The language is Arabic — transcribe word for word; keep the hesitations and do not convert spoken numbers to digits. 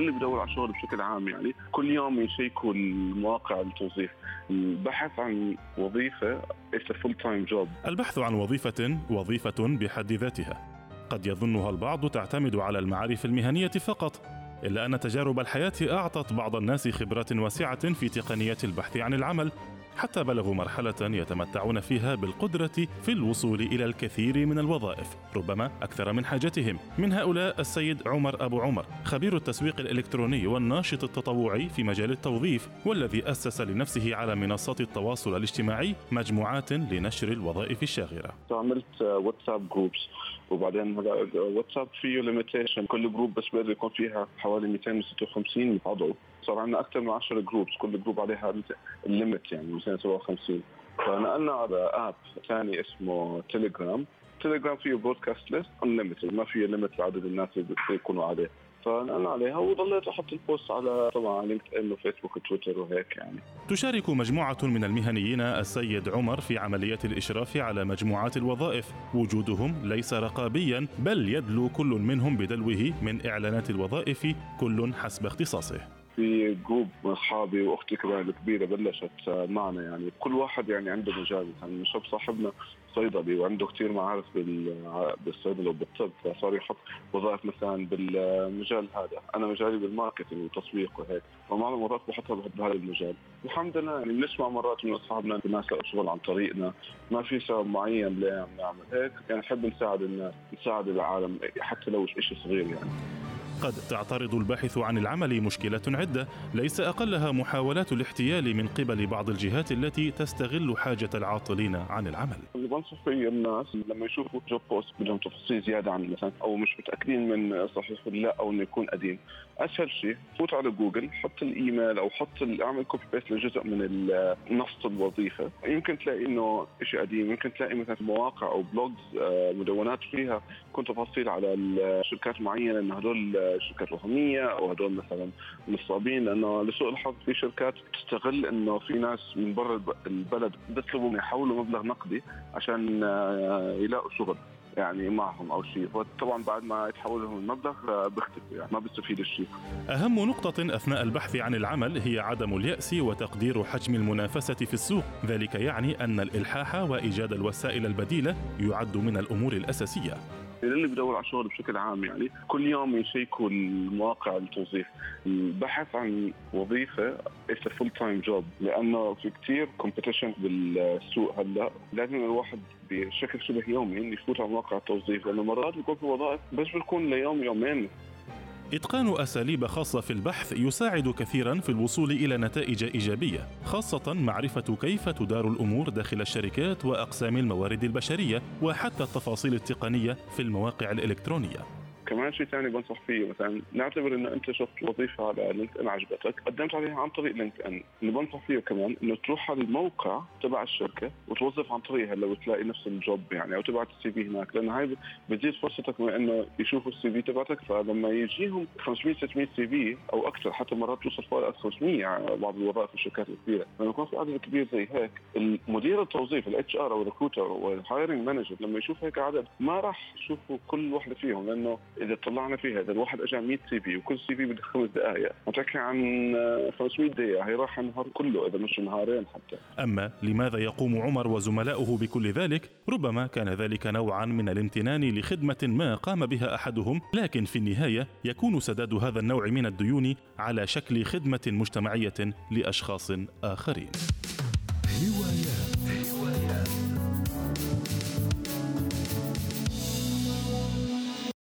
للي بدور على شغل بشكل عام يعني كل يوم يشيكوا المواقع التوظيف. البحث عن وظيفة it's a full time job. البحث عن وظيفة وظيفة بحد ذاتها. قد يظنها البعض تعتمد على المعارف المهنية فقط، إلا أن تجارب الحياة أعطت بعض الناس خبرات واسعة في تقنية البحث عن العمل، حتى بلغوا مرحلة يتمتعون فيها بالقدرة في الوصول إلى الكثير من الوظائف، ربما أكثر من حاجتهم. من هؤلاء السيد عمر أبو عمر، خبير التسويق الإلكتروني والناشط التطوعي في مجال التوظيف، والذي أسس لنفسه على منصات التواصل الاجتماعي مجموعات لنشر الوظائف الشاغرة. عملت واتساب جروبس، وبعدين هذا واتساب فيه ليميتيشن، كل جروب بس بيقدر يكون فيها حوالي مئتين وستة وخمسين عضو. صار عندنا أكثر من عشرة جروبس، كل جروب عليها الليمت يعني مئتين وسبعة وخمسين. فنقلنا على آب ثاني اسمه تيليجرام. تيليجرام فيه برودكاست ليست unlimited، ما فيه ليمت لعدد الناس اللي بيكونوا عليه. فنقلنا عليها وضليت أحط البوست على طبعا لينكد إن وفيسبوك وتويتر وهيك يعني. تشارك مجموعة من المهنيين السيد عمر في عملية الإشراف على مجموعات الوظائف. وجودهم ليس رقابيا، بل يدلو كل منهم بدلوه من إعلانات الوظائف، كل حسب اختصاصه. في جروب من أصحابي وأختي كمان الكبيرة بلشت معنا، يعني كل واحد يعني عنده مجال. يعني شاب صاحبنا صيدلي وعنده كتير معارف بالصيدلة وبالطب، فصار يحط وظائف مثلا بالمجال هذا. أنا مجالي بالماركتينج والتسويق وهيك، فمعنا مرات بحطها بهذا المجال. الحمد لله يعني بنسمع مرات من أصحابنا الناس لقوا شغل عن طريقنا، ما في سبب معين ليه عم نعمل هيك. يعني نحب نساعد الناس، نساعد العالم حتى لو شيء صغير يعني. قد تعترض الباحث عن العمل مشكلة عدة، ليس أقلها محاولات الاحتيال من قبل بعض الجهات التي تستغل حاجة العاطلين عن العمل. اللي بنصح فيه الناس لما يشوفوا جوب بوست بدهم تفاصيل زيادة عن مثلا أو مش متأكدين من صحيح ولا لا أو إنه يكون قديم، أسهل شيء فوت على جوجل، حط الإيميل أو حط اعمل كوبي بيست لجزء من نص الوظيفة. يمكن تلاقي إنه شيء قديم، يمكن تلاقي مثلا مواقع أو بلوجز مدونات فيها كنت تفاصيل على الشركات معينة إن هدول شركات وهمية أو هدول مثلا نصابين. لأنه لسوء الحظ في شركات تستغل إنه في ناس من برا البلد بيطلبوا يحولوا مبلغ نقدي عشان يلاقوا شغل يعني معهم أو شيء، وطبعا بعد ما يتحول لهم المبلغ بيختفوا، يعني ما بيستفيد الشيء. أهم نقطة أثناء البحث عن العمل هي عدم اليأس وتقدير حجم المنافسة في السوق. ذلك يعني أن الإلحاح وإيجاد الوسائل البديلة يعد من الأمور الأساسية. اللي بدور على شغل بشكل عام يعني كل يوم يشيكوا المواقع التوظيف. البحث عن وظيفة it's a full time job، لأنه في كتير competition بالسوق هلا. لازم الواحد بشكل شبه يومي يفوت على مواقع التوظيف، لأنه مرات بيكون في وظائف بس بيكون ليوم يومين. إتقان أساليب خاصة في البحث يساعد كثيرا في الوصول إلى نتائج إيجابية، خاصة معرفة كيف تدار الأمور داخل الشركات وأقسام الموارد البشرية، وحتى التفاصيل التقنية في المواقع الإلكترونية. كمان شيء ثاني بنصح فيه، مثلا نعتبر انه انت شفت وظيفه على لينكد ان عجبتك، قدمت عليها عن طريق لينكد ان. اللي بنصح فيه كمان انه تروح على الموقع تبع الشركه وتوظف عن طريقها لو تلاقي نفس الجوب يعني، او تبعت السي في هناك، لانه هاي بتزيد فرصتك من انه يشوفوا السي في تبعتك. فلما يجيهم خمسمية ستمية سي في او اكثر، حتى مرات توصل فوق خمسمية يعني بعض الوظائف الشركات الكبيره، لما يكون في عدد كبير زي هيك، المدير التوظيف الاتش ار او الريكروتر والهايرنج مانجر لما يشوف هيك عدد ما راح يشوفوا كل وحده فيهم، لانه إذا طلعنا فيها إذا الواحد أجا مية سي في وكل سي في بده خمس دقائق، نتحكي عن خمسمية دقيقة، هي راح النهار كله إذا مش نهارين حتى. أما لماذا يقوم عمر وزملاؤه بكل ذلك؟ ربما كان ذلك نوعا من الامتنان لخدمة ما قام بها أحدهم، لكن في النهاية يكون سداد هذا النوع من الديون على شكل خدمة مجتمعية لأشخاص آخرين. هوايات.